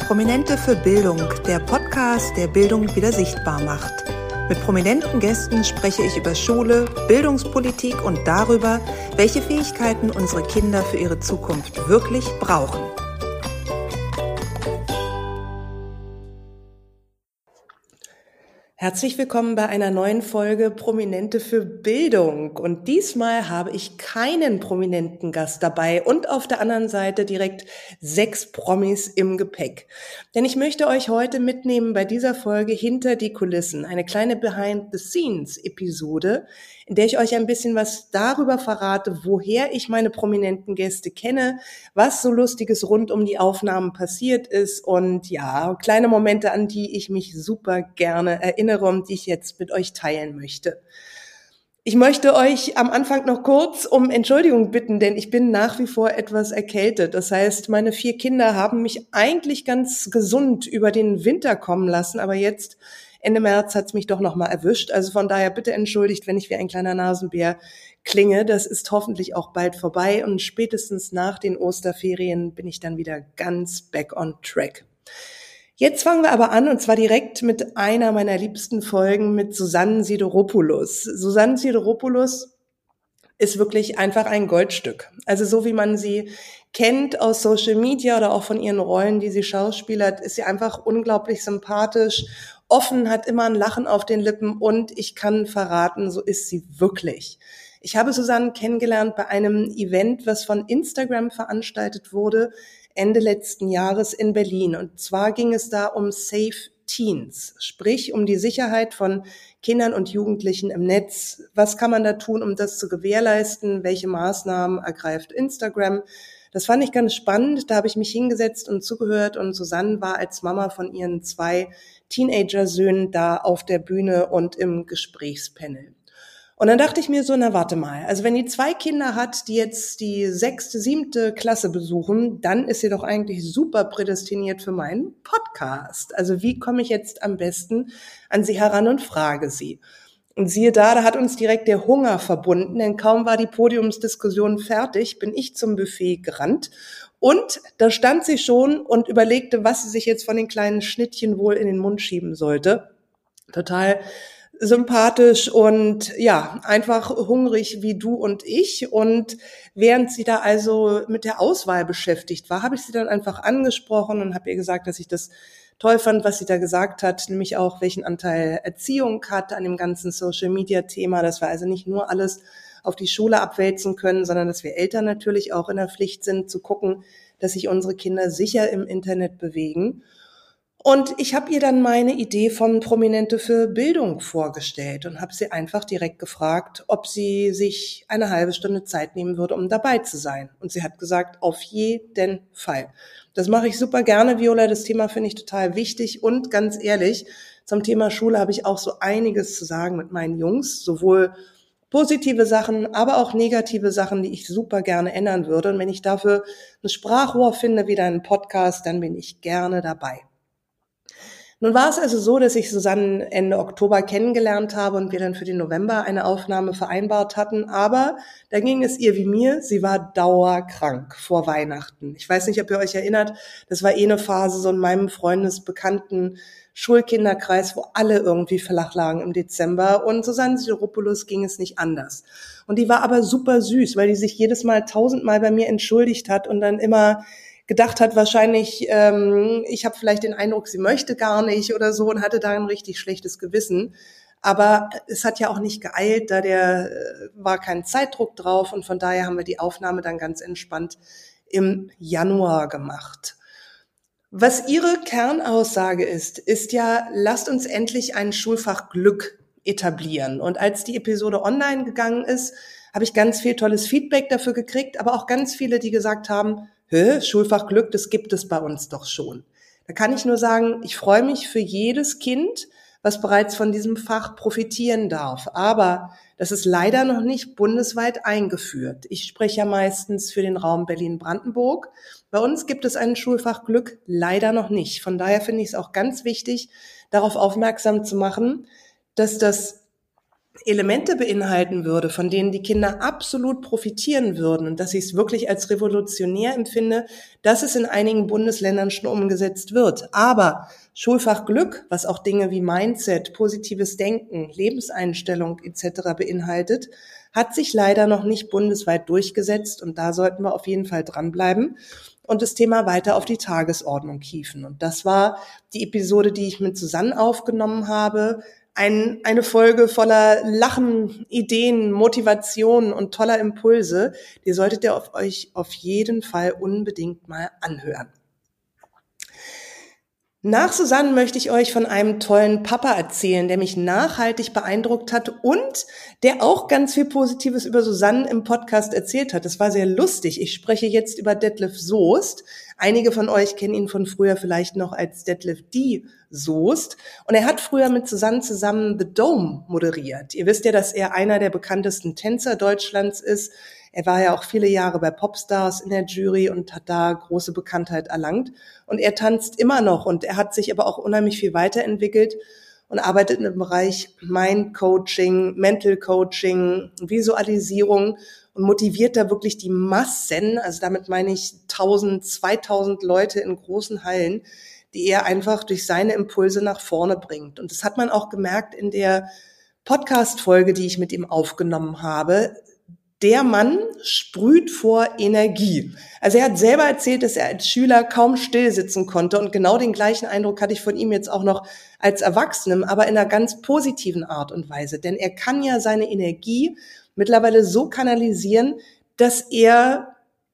Prominente für Bildung, der Podcast, der Bildung wieder sichtbar macht. Mit prominenten Gästen spreche ich über Schule, Bildungspolitik und darüber, welche Fähigkeiten unsere Kinder für ihre Zukunft wirklich brauchen. Herzlich willkommen bei einer neuen Folge Prominente für Bildung. Und diesmal habe ich keinen prominenten Gast dabei und auf der anderen Seite direkt 6 Promis im Gepäck. Denn ich möchte euch heute mitnehmen bei dieser Folge hinter die Kulissen. Eine kleine Behind-the-Scenes-Episode, in der ich euch ein bisschen was darüber verrate, woher ich meine prominenten Gäste kenne, was so Lustiges rund um die Aufnahmen passiert ist und ja, kleine Momente, an die ich mich super gerne erinnere und die ich jetzt mit euch teilen möchte. Ich möchte euch am Anfang noch kurz um Entschuldigung bitten, denn ich bin nach wie vor etwas erkältet. Das heißt, meine 4 Kinder haben mich eigentlich ganz gesund über den Winter kommen lassen, aber jetzt Ende März hat's mich doch nochmal erwischt. Also von daher bitte entschuldigt, wenn ich wie ein kleiner Nasenbär klinge. Das ist hoffentlich auch bald vorbei und spätestens nach den Osterferien bin ich dann wieder ganz back on track. Jetzt fangen wir aber an und zwar direkt mit einer meiner liebsten Folgen mit Susanne Sideropoulos. Susanne Sideropoulos ist wirklich einfach ein Goldstück. Also so wie man sie kennt aus Social Media oder auch von ihren Rollen, die sie schauspielert, ist sie einfach unglaublich sympathisch, offen, hat immer ein Lachen auf den Lippen und ich kann verraten, so ist sie wirklich. Ich habe Susanne kennengelernt bei einem Event, was von Instagram veranstaltet wurde, Ende letzten Jahres in Berlin. Und zwar ging es da um Safe Teens, sprich um die Sicherheit von Kindern und Jugendlichen im Netz. Was kann man da tun, um das zu gewährleisten? Welche Maßnahmen ergreift Instagram? Das fand ich ganz spannend. Da habe ich mich hingesetzt und zugehört und Susanne war als Mama von ihren 2 Teenager-Söhnen da auf der Bühne und im Gesprächspanel. Und dann dachte ich mir so, na warte mal, also wenn die 2 Kinder hat, die jetzt die 6., 7. Klasse besuchen, dann ist sie doch eigentlich super prädestiniert für meinen Podcast. Also wie komme ich jetzt am besten an sie heran und frage sie? Und siehe da hat uns direkt der Hunger verbunden, denn kaum war die Podiumsdiskussion fertig, bin ich zum Buffet gerannt. Und da stand sie schon und überlegte, was sie sich jetzt von den kleinen Schnittchen wohl in den Mund schieben sollte. Total sympathisch und ja, einfach hungrig wie du und ich. Und während sie da also mit der Auswahl beschäftigt war, habe ich sie dann einfach angesprochen und habe ihr gesagt, dass ich das toll fand, was sie da gesagt hat, nämlich auch, welchen Anteil Erziehung hat an dem ganzen Social-Media-Thema, dass wir also nicht nur alles auf die Schule abwälzen können, sondern dass wir Eltern natürlich auch in der Pflicht sind, zu gucken, dass sich unsere Kinder sicher im Internet bewegen. Und ich habe ihr dann meine Idee von Prominente für Bildung vorgestellt und habe sie einfach direkt gefragt, ob sie sich eine halbe Stunde Zeit nehmen würde, um dabei zu sein. Und sie hat gesagt, auf jeden Fall. Das mache ich super gerne, Viola. Das Thema finde ich total wichtig. Und ganz ehrlich, zum Thema Schule habe ich auch so einiges zu sagen mit meinen Jungs. Sowohl positive Sachen, aber auch negative Sachen, die ich super gerne ändern würde. Und wenn ich dafür ein Sprachrohr finde, wie deinen Podcast, dann bin ich gerne dabei. Nun war es also so, dass ich Susanne Ende Oktober kennengelernt habe und wir dann für den November eine Aufnahme vereinbart hatten. Aber da ging es ihr wie mir, sie war dauerkrank vor Weihnachten. Ich weiß nicht, ob ihr euch erinnert, das war eine Phase so in meinem Freundesbekannten Schulkinderkreis, wo alle irgendwie flach lagen im Dezember. Und Susanne Sideropoulos ging es nicht anders. Und die war aber super süß, weil die sich jedes Mal 1000-mal bei mir entschuldigt hat und dann immer gedacht hat wahrscheinlich, ich habe vielleicht den Eindruck, sie möchte gar nicht oder so und hatte da ein richtig schlechtes Gewissen. Aber es hat ja auch nicht geeilt, da war kein Zeitdruck drauf und von daher haben wir die Aufnahme dann ganz entspannt im Januar gemacht. Was ihre Kernaussage ist ja, lasst uns endlich ein Schulfach Glück etablieren. Und als die Episode online gegangen ist, habe ich ganz viel tolles Feedback dafür gekriegt, aber auch ganz viele, die gesagt haben, Schulfach Glück, das gibt es bei uns doch schon. Da kann ich nur sagen, ich freue mich für jedes Kind, was bereits von diesem Fach profitieren darf. Aber das ist leider noch nicht bundesweit eingeführt. Ich spreche ja meistens für den Raum Berlin-Brandenburg. Bei uns gibt es ein Schulfach Glück leider noch nicht. Von daher finde ich es auch ganz wichtig, darauf aufmerksam zu machen, dass das Elemente beinhalten würde, von denen die Kinder absolut profitieren würden und dass ich es wirklich als revolutionär empfinde, dass es in einigen Bundesländern schon umgesetzt wird. Aber Schulfach Glück, was auch Dinge wie Mindset, positives Denken, Lebenseinstellung etc. beinhaltet, hat sich leider noch nicht bundesweit durchgesetzt und da sollten wir auf jeden Fall dranbleiben und das Thema weiter auf die Tagesordnung hieven. Und das war die Episode, die ich mit Susanne aufgenommen habe. Eine Folge voller Lachen, Ideen, Motivation und toller Impulse. Die solltet ihr euch auf jeden Fall unbedingt mal anhören. Nach Susanne möchte ich euch von einem tollen Papa erzählen, der mich nachhaltig beeindruckt hat und der auch ganz viel Positives über Susanne im Podcast erzählt hat. Das war sehr lustig. Ich spreche jetzt über Detlef Soest. Einige von euch kennen ihn von früher vielleicht noch als Detlef D. Soest. Und er hat früher mit Susanne zusammen The Dome moderiert. Ihr wisst ja, dass er einer der bekanntesten Tänzer Deutschlands ist. Er war ja auch viele Jahre bei Popstars in der Jury und hat da große Bekanntheit erlangt. Und er tanzt immer noch und er hat sich aber auch unheimlich viel weiterentwickelt und arbeitet im Bereich Mind Coaching, Mental Coaching, Visualisierung und motiviert da wirklich die Massen. Also damit meine ich 1000, 2000 Leute in großen Hallen, die er einfach durch seine Impulse nach vorne bringt. Und das hat man auch gemerkt in der Podcast-Folge, die ich mit ihm aufgenommen habe. Der Mann sprüht vor Energie. Also er hat selber erzählt, dass er als Schüler kaum still sitzen konnte und genau den gleichen Eindruck hatte ich von ihm jetzt auch noch als Erwachsenem, aber in einer ganz positiven Art und Weise. Denn er kann ja seine Energie mittlerweile so kanalisieren, dass er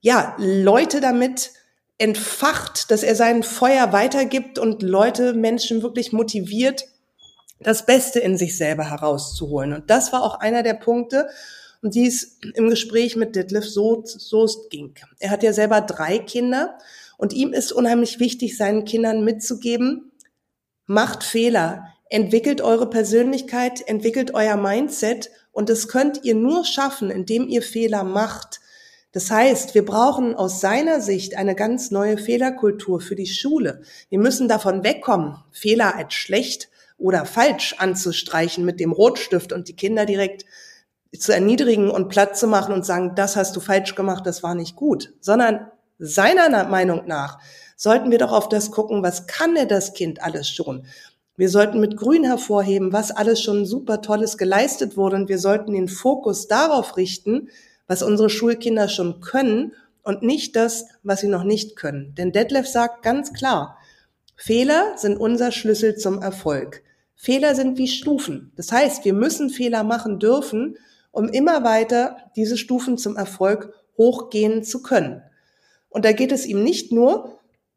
Leute damit entfacht, dass er sein Feuer weitergibt und Menschen wirklich motiviert, das Beste in sich selber herauszuholen. Und das war auch einer der Punkte, um die es im Gespräch mit Detlef Soest ging. Er hat ja selber 3 Kinder und ihm ist unheimlich wichtig, seinen Kindern mitzugeben, macht Fehler, entwickelt eure Persönlichkeit, entwickelt euer Mindset und das könnt ihr nur schaffen, indem ihr Fehler macht. Das heißt, wir brauchen aus seiner Sicht eine ganz neue Fehlerkultur für die Schule. Wir müssen davon wegkommen, Fehler als schlecht oder falsch anzustreichen mit dem Rotstift und die Kinder direkt zu erniedrigen und platt zu machen und sagen, das hast du falsch gemacht, das war nicht gut, sondern seiner Meinung nach sollten wir doch auf das gucken, was kann denn das Kind alles schon? Wir sollten mit Grün hervorheben, was alles schon super Tolles geleistet wurde und wir sollten den Fokus darauf richten, was unsere Schulkinder schon können und nicht das, was sie noch nicht können. Denn Detlef sagt ganz klar, Fehler sind unser Schlüssel zum Erfolg. Fehler sind wie Stufen. Das heißt, wir müssen Fehler machen dürfen, um immer weiter diese Stufen zum Erfolg hochgehen zu können. Und da geht es ihm nicht nur,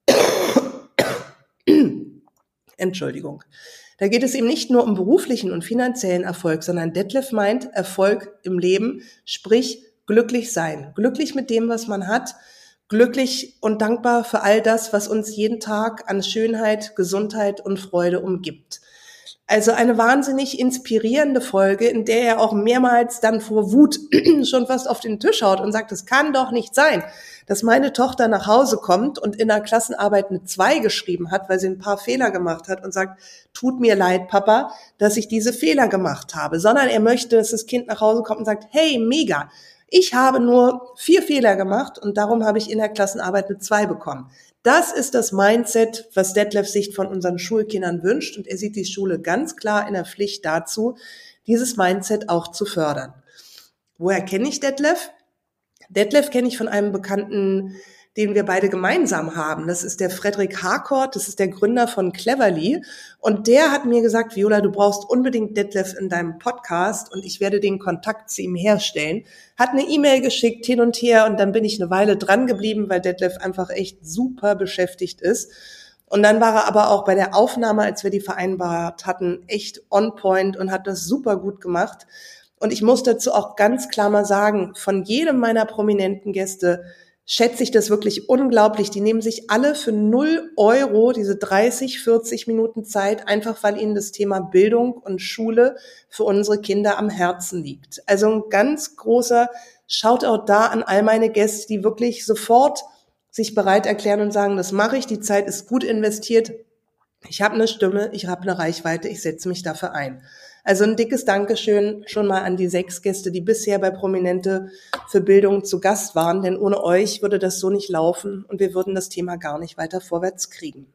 da geht es ihm nicht nur um beruflichen und finanziellen Erfolg, sondern Detlef meint Erfolg im Leben, sprich glücklich sein. Glücklich mit dem, was man hat, glücklich und dankbar für all das, was uns jeden Tag an Schönheit, Gesundheit und Freude umgibt. Also eine wahnsinnig inspirierende Folge, in der er auch mehrmals dann vor Wut schon fast auf den Tisch haut und sagt, es kann doch nicht sein, dass meine Tochter nach Hause kommt und in der Klassenarbeit eine 2 geschrieben hat, weil sie ein paar Fehler gemacht hat und sagt, tut mir leid, Papa, dass ich diese Fehler gemacht habe, sondern er möchte, dass das Kind nach Hause kommt und sagt, hey, mega, ich habe nur 4 Fehler gemacht und darum habe ich in der Klassenarbeit eine 2 bekommen. Das ist das Mindset, was Detlef sich von unseren Schulkindern wünscht und er sieht die Schule ganz klar in der Pflicht dazu, dieses Mindset auch zu fördern. Woher kenne ich Detlef? Detlef kenne ich von einem Bekannten, den wir beide gemeinsam haben. Das ist der Frederik Harcourt, das ist der Gründer von Cleverly. Und der hat mir gesagt, Viola, du brauchst unbedingt Detlef in deinem Podcast und ich werde den Kontakt zu ihm herstellen. Hat eine E-Mail geschickt, hin und her und dann bin ich eine Weile dran geblieben, weil Detlef einfach echt super beschäftigt ist. Und dann war er aber auch bei der Aufnahme, als wir die vereinbart hatten, echt on point und hat das super gut gemacht. Und ich muss dazu auch ganz klar mal sagen, von jedem meiner prominenten Gäste schätze ich das wirklich unglaublich. Die nehmen sich alle für 0 Euro diese 30, 40 Minuten Zeit, einfach weil ihnen das Thema Bildung und Schule für unsere Kinder am Herzen liegt. Also ein ganz großer Shoutout da an all meine Gäste, die wirklich sofort sich bereit erklären und sagen, das mache ich, die Zeit ist gut investiert. Ich habe eine Stimme, ich habe eine Reichweite, ich setze mich dafür ein. Also ein dickes Dankeschön schon mal an die 6 Gäste, die bisher bei Prominente für Bildung zu Gast waren, denn ohne euch würde das so nicht laufen und wir würden das Thema gar nicht weiter vorwärts kriegen.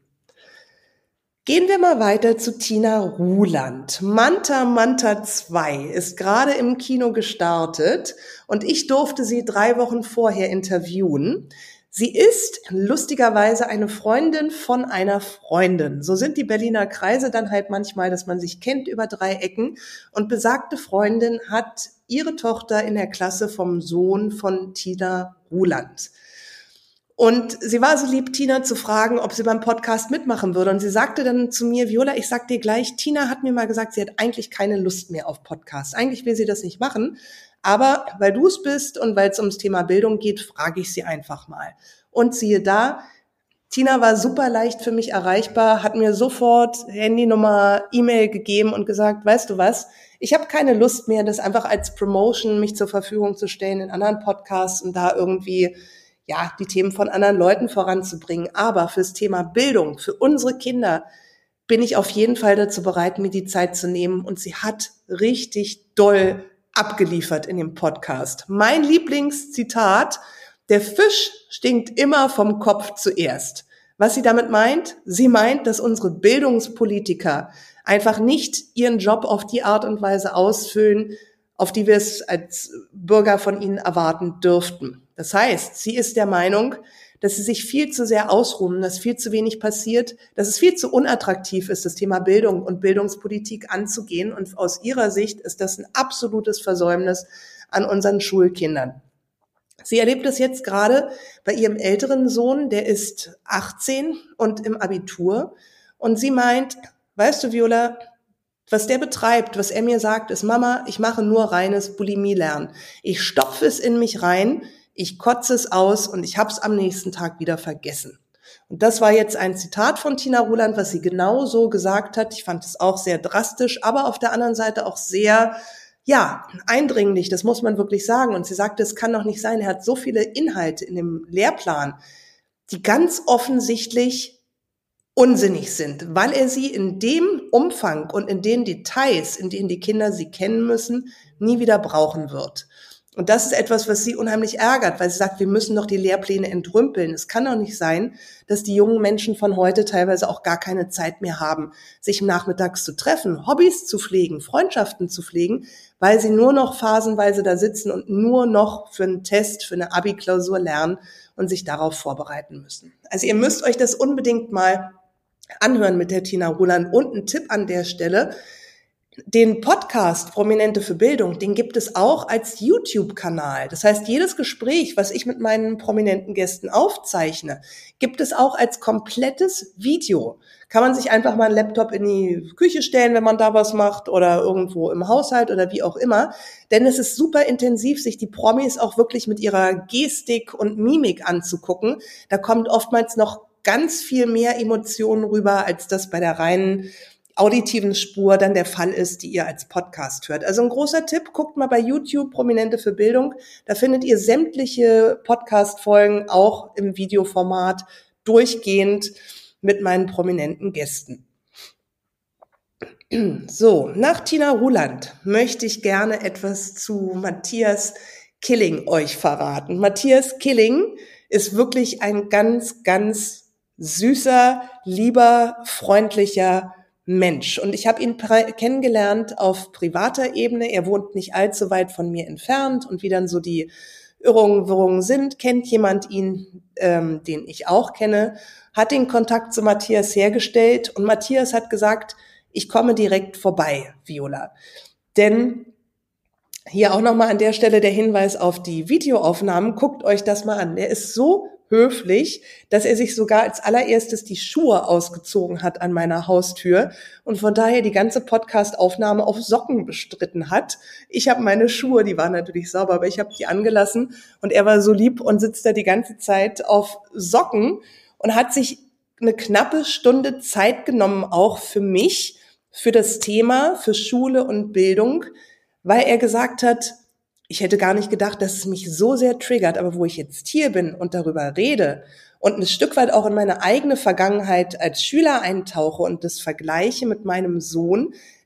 Gehen wir mal weiter zu Tina Ruland. Manta Manta 2 ist gerade im Kino gestartet und ich durfte sie 3 Wochen vorher interviewen. Sie ist lustigerweise eine Freundin von einer Freundin. So sind die Berliner Kreise dann halt manchmal, dass man sich kennt über 3 Ecken. Und besagte Freundin hat ihre Tochter in der Klasse vom Sohn von Tina Ruland. Und sie war so lieb, Tina zu fragen, ob sie beim Podcast mitmachen würde. Und sie sagte dann zu mir, Viola, ich sag dir gleich, Tina hat mir mal gesagt, sie hat eigentlich keine Lust mehr auf Podcasts. Eigentlich will sie das nicht machen. Aber weil du es bist und weil es ums Thema Bildung geht, frage ich sie einfach mal. Und siehe da, Tina war super leicht für mich erreichbar, hat mir sofort Handynummer, E-Mail gegeben und gesagt, weißt du was, ich habe keine Lust mehr, das einfach als Promotion mich zur Verfügung zu stellen in anderen Podcasts und da irgendwie die Themen von anderen Leuten voranzubringen. Aber fürs Thema Bildung, für unsere Kinder, bin ich auf jeden Fall dazu bereit, mir die Zeit zu nehmen. Und sie hat richtig doll abgeliefert in dem Podcast. Mein Lieblingszitat: Der Fisch stinkt immer vom Kopf zuerst. Was sie damit meint? Sie meint, dass unsere Bildungspolitiker einfach nicht ihren Job auf die Art und Weise ausfüllen, auf die wir es als Bürger von ihnen erwarten dürften. Das heißt, sie ist der Meinung, dass sie sich viel zu sehr ausruhen, dass viel zu wenig passiert, dass es viel zu unattraktiv ist, das Thema Bildung und Bildungspolitik anzugehen. Und aus ihrer Sicht ist das ein absolutes Versäumnis an unseren Schulkindern. Sie erlebt es jetzt gerade bei ihrem älteren Sohn, der ist 18 und im Abitur. Und sie meint, weißt du, Viola, was der betreibt, was er mir sagt, ist, Mama, ich mache nur reines Bulimie-Lernen. Ich stopfe es in mich rein, ich kotze es aus und ich habe es am nächsten Tag wieder vergessen. Und das war jetzt ein Zitat von Tina Ruland, was sie genau so gesagt hat. Ich fand es auch sehr drastisch, aber auf der anderen Seite auch sehr, eindringlich, das muss man wirklich sagen. Und sie sagte, es kann doch nicht sein, er hat so viele Inhalte in dem Lehrplan, die ganz offensichtlich unsinnig sind, weil er sie in dem Umfang und in den Details, in denen die Kinder sie kennen müssen, nie wieder brauchen wird. Und das ist etwas, was sie unheimlich ärgert, weil sie sagt, wir müssen doch die Lehrpläne entrümpeln. Es kann doch nicht sein, dass die jungen Menschen von heute teilweise auch gar keine Zeit mehr haben, sich nachmittags zu treffen, Hobbys zu pflegen, Freundschaften zu pflegen, weil sie nur noch phasenweise da sitzen und nur noch für einen Test, für eine Abi-Klausur lernen und sich darauf vorbereiten müssen. Also ihr müsst euch das unbedingt mal anhören mit der Tina Ruland. Und ein Tipp an der Stelle: Den Podcast Prominente für Bildung, den gibt es auch als YouTube-Kanal. Das heißt, jedes Gespräch, was ich mit meinen prominenten Gästen aufzeichne, gibt es auch als komplettes Video. Kann man sich einfach mal einen Laptop in die Küche stellen, wenn man da was macht, oder irgendwo im Haushalt oder wie auch immer. Denn es ist super intensiv, sich die Promis auch wirklich mit ihrer Gestik und Mimik anzugucken. Da kommt oftmals noch ganz viel mehr Emotionen rüber, als das bei der reinen auditiven Spur dann der Fall ist, die ihr als Podcast hört. Also ein großer Tipp, guckt mal bei YouTube Prominente für Bildung. Da findet ihr sämtliche Podcast-Folgen auch im Videoformat durchgehend mit meinen prominenten Gästen. So, nach Tina Ruland möchte ich gerne etwas zu Matthias Killing euch verraten. Matthias Killing ist wirklich ein ganz, ganz süßer, lieber, freundlicher Mensch. Und ich habe ihn kennengelernt auf privater Ebene. Er wohnt nicht allzu weit von mir entfernt. Und wie dann so die Wirrungen sind, kennt jemand ihn, den ich auch kenne, hat den Kontakt zu Matthias hergestellt. Und Matthias hat gesagt, ich komme direkt vorbei, Viola. Denn hier auch nochmal an der Stelle der Hinweis auf die Videoaufnahmen. Guckt euch das mal an. Der ist so höflich, dass er sich sogar als allererstes die Schuhe ausgezogen hat an meiner Haustür und von daher die ganze Podcast-Aufnahme auf Socken bestritten hat. Ich habe meine Schuhe, die waren natürlich sauber, aber ich habe die angelassen und er war so lieb und sitzt da die ganze Zeit auf Socken und hat sich eine knappe Stunde Zeit genommen, auch für mich, für das Thema, für Schule und Bildung, weil er gesagt hat, ich hätte gar nicht gedacht, dass es mich so sehr triggert, aber wo ich jetzt hier bin und darüber rede und ein Stück weit auch in meine eigene Vergangenheit als Schüler eintauche und das vergleiche mit meinem Sohn,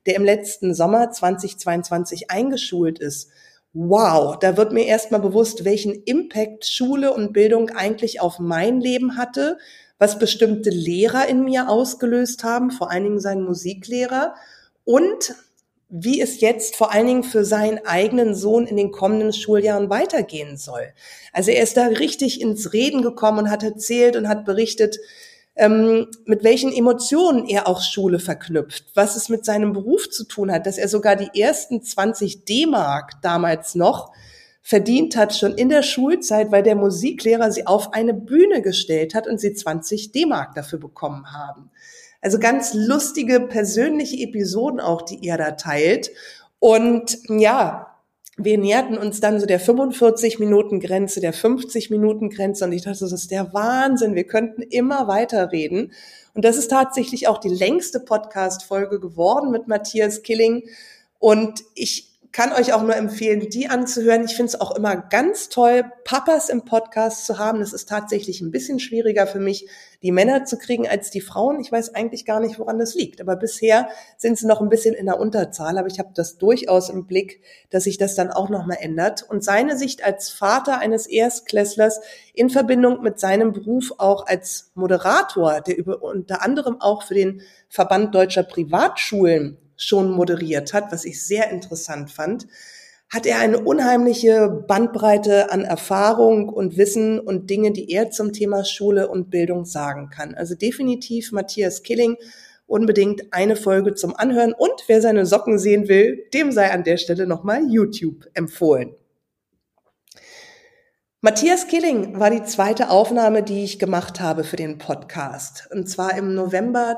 der im letzten Sommer 2022 eingeschult ist. Wow, da wird mir erstmal bewusst, welchen Impact Schule und Bildung eigentlich auf mein Leben hatte, was bestimmte Lehrer in mir ausgelöst haben, vor allen Dingen sein Musiklehrer, und wie es jetzt vor allen Dingen für seinen eigenen Sohn in den kommenden Schuljahren weitergehen soll. Also er ist da richtig ins Reden gekommen und hat erzählt und hat berichtet, mit welchen Emotionen er auch Schule verknüpft, was es mit seinem Beruf zu tun hat, dass er sogar die ersten 20 D-Mark damals noch verdient hat, schon in der Schulzeit, weil der Musiklehrer sie auf eine Bühne gestellt hat und sie 20 D-Mark dafür bekommen haben. Also ganz lustige persönliche Episoden auch, die er da teilt. Und ja, wir näherten uns dann so der 45-Minuten-Grenze, der 50-Minuten-Grenze und ich dachte, das ist der Wahnsinn, wir könnten immer weiterreden. Und das ist tatsächlich auch die längste Podcast-Folge geworden mit Matthias Killing und ich kann euch auch nur empfehlen, die anzuhören. Ich finde es auch immer ganz toll, Papas im Podcast zu haben. Das ist tatsächlich ein bisschen schwieriger für mich, die Männer zu kriegen als die Frauen. Ich weiß eigentlich gar nicht, woran das liegt. Aber bisher sind sie noch ein bisschen in der Unterzahl. Aber ich habe das durchaus im Blick, dass sich das dann auch nochmal ändert. Und seine Sicht als Vater eines Erstklässlers in Verbindung mit seinem Beruf auch als Moderator, der unter anderem auch für den Verband Deutscher Privatschulen schon moderiert hat, was ich sehr interessant fand, hat er eine unheimliche Bandbreite an Erfahrung und Wissen und Dinge, die er zum Thema Schule und Bildung sagen kann. Also definitiv Matthias Killing, unbedingt eine Folge zum Anhören und wer seine Socken sehen will, dem sei an der Stelle nochmal YouTube empfohlen. Matthias Killing war die zweite Aufnahme, die ich gemacht habe für den Podcast. Und zwar im November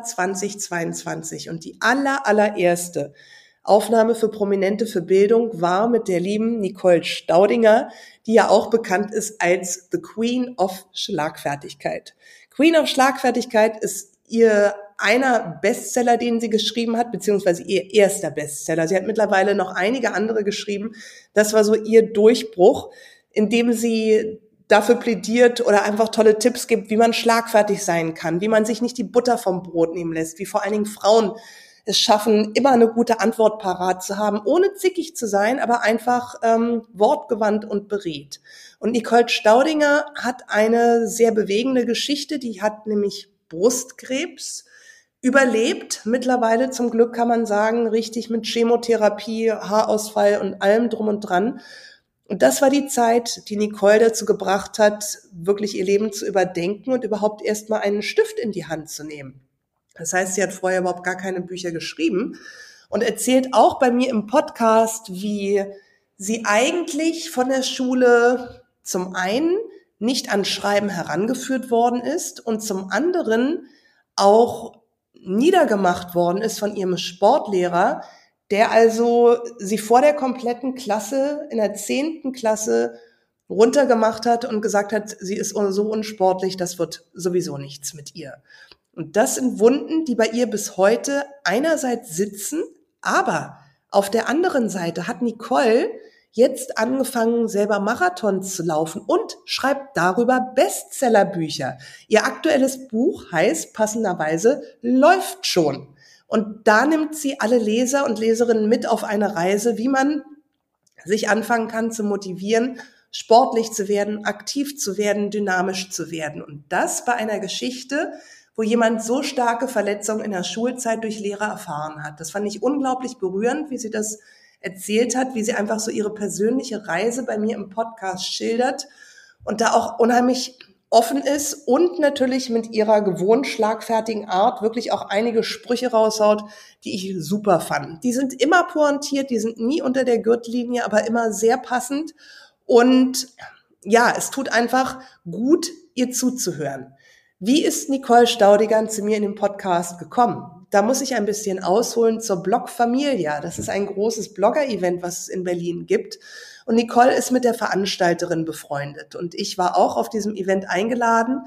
2022. Und die allererste Aufnahme für Prominente für Bildung war mit der lieben Nicole Staudinger, die ja auch bekannt ist als The Queen of Schlagfertigkeit. Queen of Schlagfertigkeit ist ihr einer Bestseller, den sie geschrieben hat, beziehungsweise ihr erster Bestseller. Sie hat mittlerweile noch einige andere geschrieben. Das war so ihr Durchbruch, indem sie dafür plädiert oder einfach tolle Tipps gibt, wie man schlagfertig sein kann, wie man sich nicht die Butter vom Brot nehmen lässt, wie vor allen Dingen Frauen es schaffen, immer eine gute Antwort parat zu haben, ohne zickig zu sein, aber einfach wortgewandt und beredt. Und Nicole Staudinger hat eine sehr bewegende Geschichte, die hat nämlich Brustkrebs überlebt, mittlerweile zum Glück kann man sagen, richtig mit Chemotherapie, Haarausfall und allem drum und dran. Und das war die Zeit, die Nicole dazu gebracht hat, wirklich ihr Leben zu überdenken und überhaupt erstmal einen Stift in die Hand zu nehmen. Das heißt, sie hat vorher überhaupt gar keine Bücher geschrieben und erzählt auch bei mir im Podcast, wie sie eigentlich von der Schule zum einen nicht an Schreiben herangeführt worden ist und zum anderen auch niedergemacht worden ist von ihrem Sportlehrer, der also sie vor der kompletten Klasse in der 10. Klasse runtergemacht hat und gesagt hat, sie ist so unsportlich, das wird sowieso nichts mit ihr. Und das sind Wunden, die bei ihr bis heute einerseits sitzen, aber auf der anderen Seite hat Nicole jetzt angefangen, selber Marathons zu laufen und schreibt darüber Bestsellerbücher. Ihr aktuelles Buch heißt passenderweise Läuft schon. Und da nimmt sie alle Leser und Leserinnen mit auf eine Reise, wie man sich anfangen kann zu motivieren, sportlich zu werden, aktiv zu werden, dynamisch zu werden. Und das bei einer Geschichte, wo jemand so starke Verletzungen in der Schulzeit durch Lehrer erfahren hat. Das fand ich unglaublich berührend, wie sie das erzählt hat, wie sie einfach so ihre persönliche Reise bei mir im Podcast schildert und da auch unheimlich offen ist und natürlich mit ihrer gewohnt schlagfertigen Art wirklich auch einige Sprüche raushaut, die ich super fand. Die sind immer pointiert, die sind nie unter der Gürtellinie, aber immer sehr passend. Und ja, es tut einfach gut, ihr zuzuhören. Wie ist Nicole Staudinger zu mir in den Podcast gekommen? Da muss ich ein bisschen ausholen zur Blog Familia. Das ist ein großes Blogger-Event, was es in Berlin gibt. Und Nicole ist mit der Veranstalterin befreundet. Und ich war auch auf diesem Event eingeladen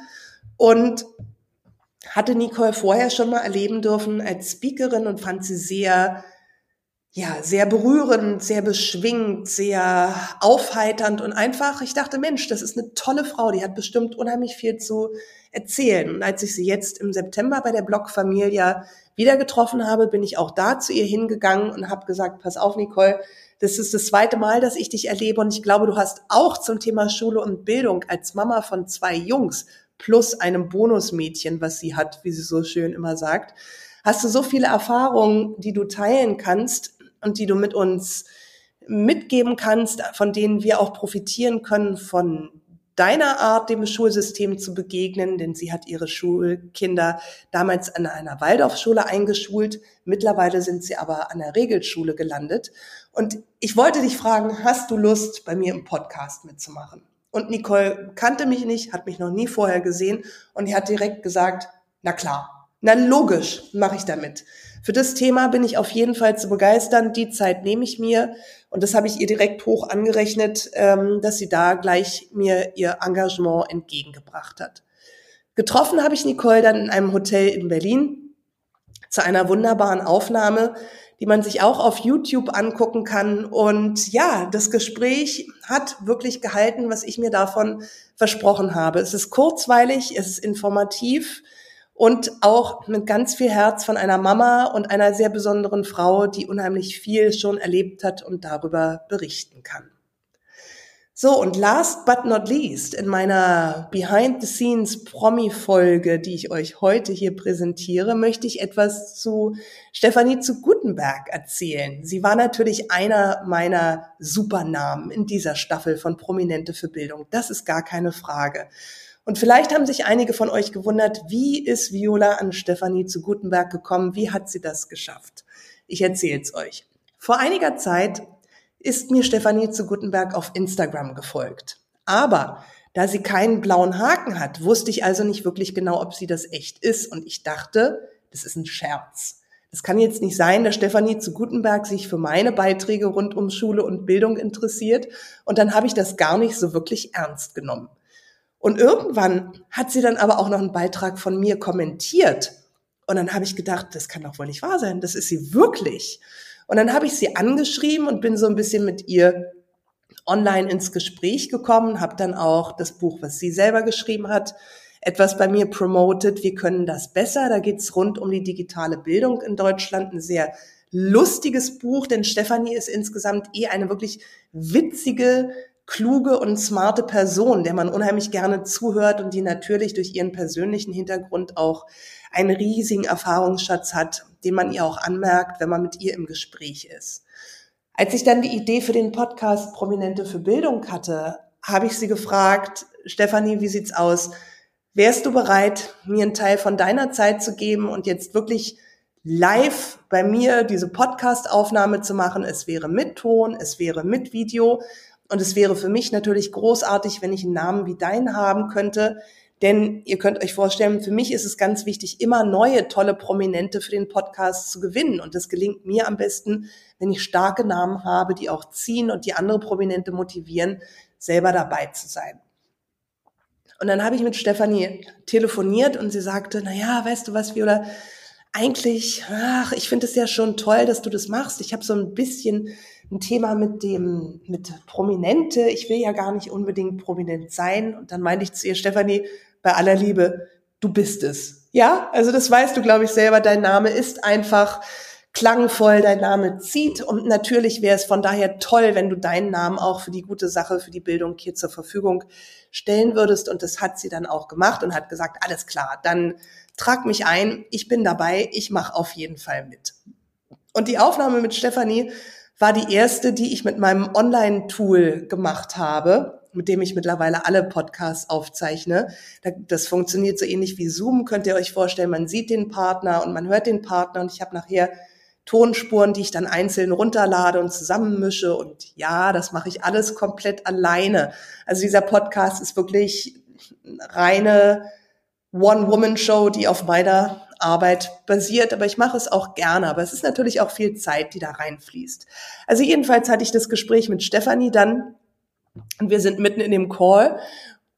und hatte Nicole vorher schon mal erleben dürfen als Speakerin und fand sie sehr ja, sehr berührend, sehr beschwingt, sehr aufheiternd und einfach, ich dachte, Mensch, das ist eine tolle Frau, die hat bestimmt unheimlich viel zu erzählen. Und als ich sie jetzt im September bei der Blog Familia wieder getroffen habe, bin ich auch da zu ihr hingegangen und habe gesagt, pass auf, Nicole, das ist das zweite Mal, dass ich dich erlebe und ich glaube, du hast auch zum Thema Schule und Bildung als Mama von 2 Jungs plus einem Bonusmädchen, was sie hat, wie sie so schön immer sagt, hast du so viele Erfahrungen, die du teilen kannst und die du mit uns mitgeben kannst, von denen wir auch profitieren können, von deiner Art, dem Schulsystem zu begegnen, denn sie hat ihre Schulkinder damals an einer Waldorfschule eingeschult. Mittlerweile sind sie aber an der Regelschule gelandet. Und ich wollte dich fragen, hast du Lust, bei mir im Podcast mitzumachen? Und Nicole kannte mich nicht, hat mich noch nie vorher gesehen und die hat direkt gesagt, na klar, na logisch, mache ich damit. Für das Thema bin ich auf jeden Fall zu begeistern. Die Zeit nehme ich mir und das habe ich ihr direkt hoch angerechnet, dass sie da gleich mir ihr Engagement entgegengebracht hat. Getroffen habe ich Nicole dann in einem Hotel in Berlin zu einer wunderbaren Aufnahme, die man sich auch auf YouTube angucken kann. Und ja, das Gespräch hat wirklich gehalten, was ich mir davon versprochen habe. Es ist kurzweilig, es ist informativ und auch mit ganz viel Herz von einer Mama und einer sehr besonderen Frau, die unheimlich viel schon erlebt hat und darüber berichten kann. So, und last but not least, in meiner Behind-the-Scenes-Promi-Folge, die ich euch heute hier präsentiere, möchte ich etwas zu Stefanie zu Guttenberg erzählen. Sie war natürlich einer meiner Supernamen in dieser Staffel von Prominente für Bildung. Das ist gar keine Frage. Und vielleicht haben sich einige von euch gewundert, wie ist Viola an Stefanie zu Guttenberg gekommen? Wie hat sie das geschafft? Ich erzähle es euch. Vor einiger Zeit ist mir Stefanie zu Guttenberg auf Instagram gefolgt. Aber da sie keinen blauen Haken hat, wusste ich also nicht wirklich genau, ob sie das echt ist. Und ich dachte, das ist ein Scherz. Es kann jetzt nicht sein, dass Stefanie zu Guttenberg sich für meine Beiträge rund um Schule und Bildung interessiert. Und dann habe ich das gar nicht so wirklich ernst genommen. Und irgendwann hat sie dann aber auch noch einen Beitrag von mir kommentiert. Und dann habe ich gedacht, das kann doch wohl nicht wahr sein, das ist sie wirklich. Und dann habe ich sie angeschrieben und bin so ein bisschen mit ihr online ins Gespräch gekommen, habe dann auch das Buch, was sie selber geschrieben hat, etwas bei mir promotet. Wir können das besser. Da geht's rund um die digitale Bildung in Deutschland. Ein sehr lustiges Buch, denn Stefanie ist insgesamt eine wirklich witzige, kluge und smarte Person, der man unheimlich gerne zuhört und die natürlich durch ihren persönlichen Hintergrund auch einen riesigen Erfahrungsschatz hat, den man ihr auch anmerkt, wenn man mit ihr im Gespräch ist. Als ich dann die Idee für den Podcast Prominente für Bildung hatte, habe ich sie gefragt, Stefanie, wie sieht's aus? Wärst du bereit, mir einen Teil von deiner Zeit zu geben und jetzt wirklich live bei mir diese Podcast-Aufnahme zu machen? Es wäre mit Ton, es wäre mit Video und es wäre für mich natürlich großartig, wenn ich einen Namen wie deinen haben könnte. Denn ihr könnt euch vorstellen, für mich ist es ganz wichtig, immer neue, tolle Prominente für den Podcast zu gewinnen. Und das gelingt mir am besten, wenn ich starke Namen habe, die auch ziehen und die andere Prominente motivieren, selber dabei zu sein. Und dann habe ich mit Stefanie telefoniert und sie sagte, naja, weißt du was, Viola, eigentlich, ich finde es ja schon toll, dass du das machst. Ich habe so ein bisschen ein Thema mit Prominente. Ich will ja gar nicht unbedingt prominent sein. Und dann meinte ich zu ihr, Stefanie, bei aller Liebe, du bist es. Ja, also das weißt du, glaube ich, selber. Dein Name ist einfach klangvoll, dein Name zieht. Und natürlich wäre es von daher toll, wenn du deinen Namen auch für die gute Sache, für die Bildung hier zur Verfügung stellen würdest. Und das hat sie dann auch gemacht und hat gesagt, alles klar, dann trag mich ein, ich bin dabei, ich mache auf jeden Fall mit. Und die Aufnahme mit Stefanie war die erste, die ich mit meinem Online-Tool gemacht habe, mit dem ich mittlerweile alle Podcasts aufzeichne. Das funktioniert so ähnlich wie Zoom, könnt ihr euch vorstellen. Man sieht den Partner und man hört den Partner und ich habe nachher Tonspuren, die ich dann einzeln runterlade und zusammenmische. Und ja, das mache ich alles komplett alleine. Also dieser Podcast ist wirklich reine One-Woman-Show, die auf meiner Arbeit basiert, aber ich mache es auch gerne, aber es ist natürlich auch viel Zeit, die da reinfließt. Also jedenfalls hatte ich das Gespräch mit Stefanie dann und wir sind mitten in dem Call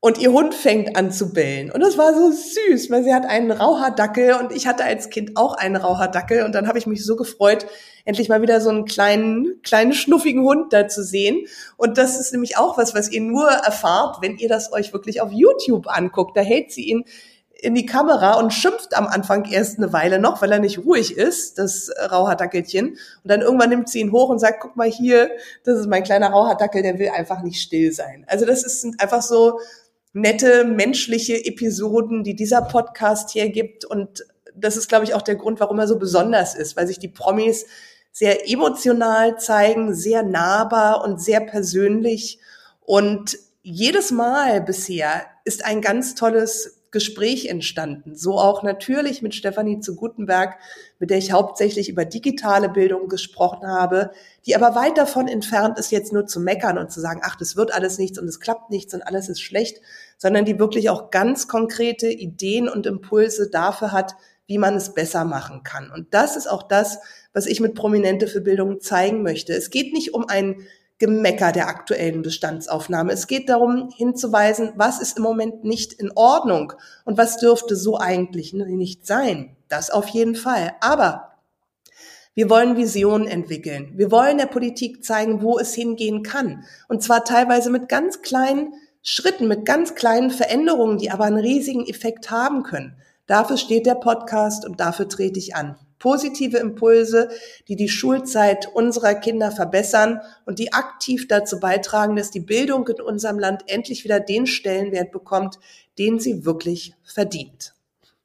und ihr Hund fängt an zu bellen. Und das war so süß, weil sie hat einen Rauhaardackel und ich hatte als Kind auch einen Rauhaardackel. Und dann habe ich mich so gefreut, endlich mal wieder so einen kleinen schnuffigen Hund da zu sehen. Und das ist nämlich auch was ihr nur erfahrt, wenn ihr das euch wirklich auf YouTube anguckt. Da hält sie ihn in die Kamera und schimpft am Anfang erst eine Weile noch, weil er nicht ruhig ist, das Rauhaardackelchen. Und dann irgendwann nimmt sie ihn hoch und sagt, guck mal hier, das ist mein kleiner Rauhaardackel, der will einfach nicht still sein. Also sind einfach so nette menschliche Episoden, die dieser Podcast hergibt. Und das ist, glaube ich, auch der Grund, warum er so besonders ist, weil sich die Promis sehr emotional zeigen, sehr nahbar und sehr persönlich. Und jedes Mal bisher ist ein ganz tolles Gespräch entstanden. So auch natürlich mit Stefanie zu Gutenberg, mit der ich hauptsächlich über digitale Bildung gesprochen habe, die aber weit davon entfernt ist, jetzt nur zu meckern und zu sagen, ach, das wird alles nichts und es klappt nichts und alles ist schlecht, sondern die wirklich auch ganz konkrete Ideen und Impulse dafür hat, wie man es besser machen kann. Und das ist auch das, was ich mit Prominente für Bildung zeigen möchte. Es geht nicht um ein Gemecker der aktuellen Bestandsaufnahme. Es geht darum, hinzuweisen, was ist im Moment nicht in Ordnung und was dürfte so eigentlich nicht sein. Das auf jeden Fall. Aber wir wollen Visionen entwickeln. Wir wollen der Politik zeigen, wo es hingehen kann. Und zwar teilweise mit ganz kleinen Schritten, mit ganz kleinen Veränderungen, die aber einen riesigen Effekt haben können. Dafür steht der Podcast und dafür trete ich an. Positive Impulse, die die Schulzeit unserer Kinder verbessern und die aktiv dazu beitragen, dass die Bildung in unserem Land endlich wieder den Stellenwert bekommt, den sie wirklich verdient.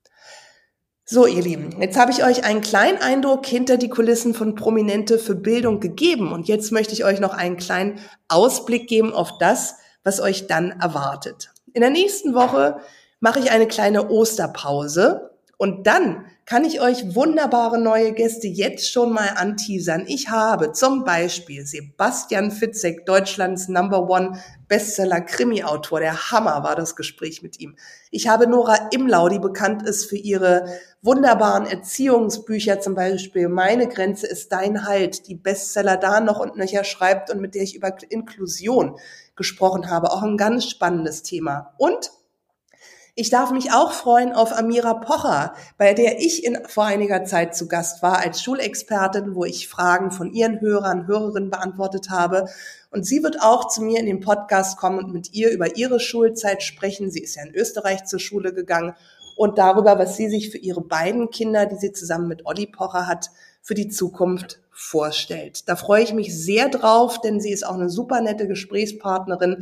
So, ihr Lieben, jetzt habe ich euch einen kleinen Eindruck hinter die Kulissen von Prominente für Bildung gegeben und jetzt möchte ich euch noch einen kleinen Ausblick geben auf das, was euch dann erwartet. In der nächsten Woche mache ich eine kleine Osterpause und dann kann ich euch wunderbare neue Gäste jetzt schon mal anteasern. Ich habe zum Beispiel Sebastian Fitzek, Deutschlands #1 Bestseller-Krimi-Autor. Der Hammer war das Gespräch mit ihm. Ich habe Nora Imlau, die bekannt ist für ihre wunderbaren Erziehungsbücher, zum Beispiel Meine Grenze ist dein Halt, die Bestseller da noch und nöcher schreibt und mit der ich über Inklusion gesprochen habe. Auch ein ganz spannendes Thema. Und ich darf mich auch freuen auf Amira Pocher, bei der ich vor einiger Zeit zu Gast war als Schulexpertin, wo ich Fragen von ihren Hörerinnen beantwortet habe. Und sie wird auch zu mir in den Podcast kommen und mit ihr über ihre Schulzeit sprechen. Sie ist ja in Österreich zur Schule gegangen und darüber, was sie sich für ihre beiden Kinder, die sie zusammen mit Olli Pocher hat, für die Zukunft vorstellt. Da freue ich mich sehr drauf, denn sie ist auch eine super nette Gesprächspartnerin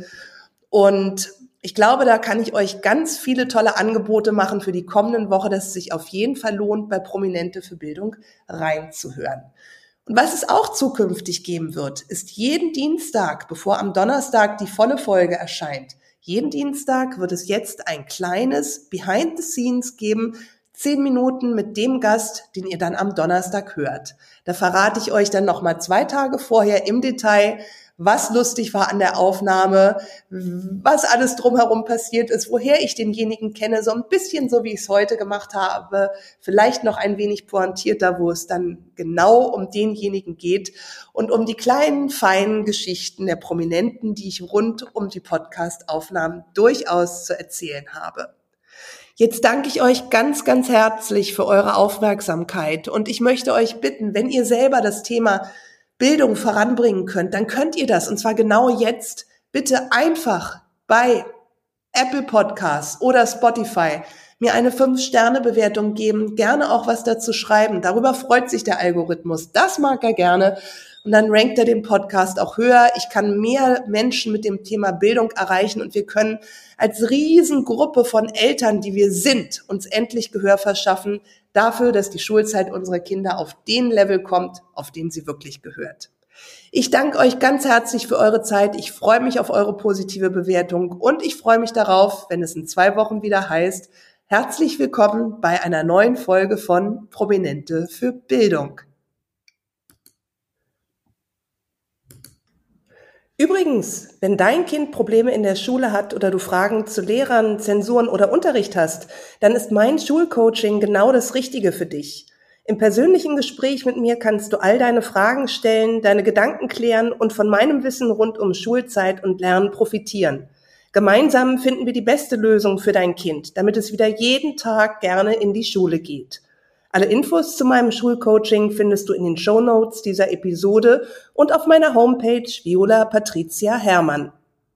und ich glaube, da kann ich euch ganz viele tolle Angebote machen für die kommenden Woche, dass es sich auf jeden Fall lohnt, bei Prominente für Bildung reinzuhören. Und was es auch zukünftig geben wird, ist jeden Dienstag, bevor am Donnerstag die volle Folge erscheint, jeden Dienstag wird es jetzt ein kleines Behind the Scenes geben, 10 Minuten mit dem Gast, den ihr dann am Donnerstag hört. Da verrate ich euch dann nochmal 2 Tage vorher im Detail, was lustig war an der Aufnahme, was alles drumherum passiert ist, woher ich denjenigen kenne, so ein bisschen so, wie ich es heute gemacht habe, vielleicht noch ein wenig pointierter, wo es dann genau um denjenigen geht und um die kleinen, feinen Geschichten der Prominenten, die ich rund um die Podcast-Aufnahmen durchaus zu erzählen habe. Jetzt danke ich euch ganz, ganz herzlich für eure Aufmerksamkeit und ich möchte euch bitten, wenn ihr selber das Thema Bildung voranbringen könnt, dann könnt ihr das, und zwar genau jetzt, bitte einfach bei Apple Podcasts oder Spotify mir eine 5-Sterne-Bewertung geben, gerne auch was dazu schreiben. Darüber freut sich der Algorithmus. Das mag er gerne. Und dann rankt er den Podcast auch höher. Ich kann mehr Menschen mit dem Thema Bildung erreichen und wir können als Riesengruppe von Eltern, die wir sind, uns endlich Gehör verschaffen dafür, dass die Schulzeit unserer Kinder auf den Level kommt, auf den sie wirklich gehört. Ich danke euch ganz herzlich für eure Zeit. Ich freue mich auf eure positive Bewertung und ich freue mich darauf, wenn es in 2 Wochen wieder heißt, herzlich willkommen bei einer neuen Folge von Prominente für Bildung. Übrigens, wenn dein Kind Probleme in der Schule hat oder du Fragen zu Lehrern, Zensuren oder Unterricht hast, dann ist mein Schulcoaching genau das Richtige für dich. Im persönlichen Gespräch mit mir kannst du all deine Fragen stellen, deine Gedanken klären und von meinem Wissen rund um Schulzeit und Lernen profitieren. Gemeinsam finden wir die beste Lösung für dein Kind, damit es wieder jeden Tag gerne in die Schule geht. Alle Infos zu meinem Schulcoaching findest du in den Shownotes dieser Episode und auf meiner Homepage Viola Patricia Herrmann.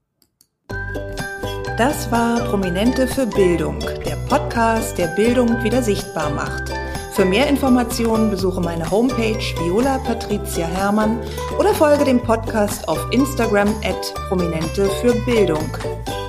Das war Prominente für Bildung, der Podcast, der Bildung wieder sichtbar macht. Für mehr Informationen besuche meine Homepage Viola Patricia Herrmann oder folge dem Podcast auf Instagram @Prominente für Bildung.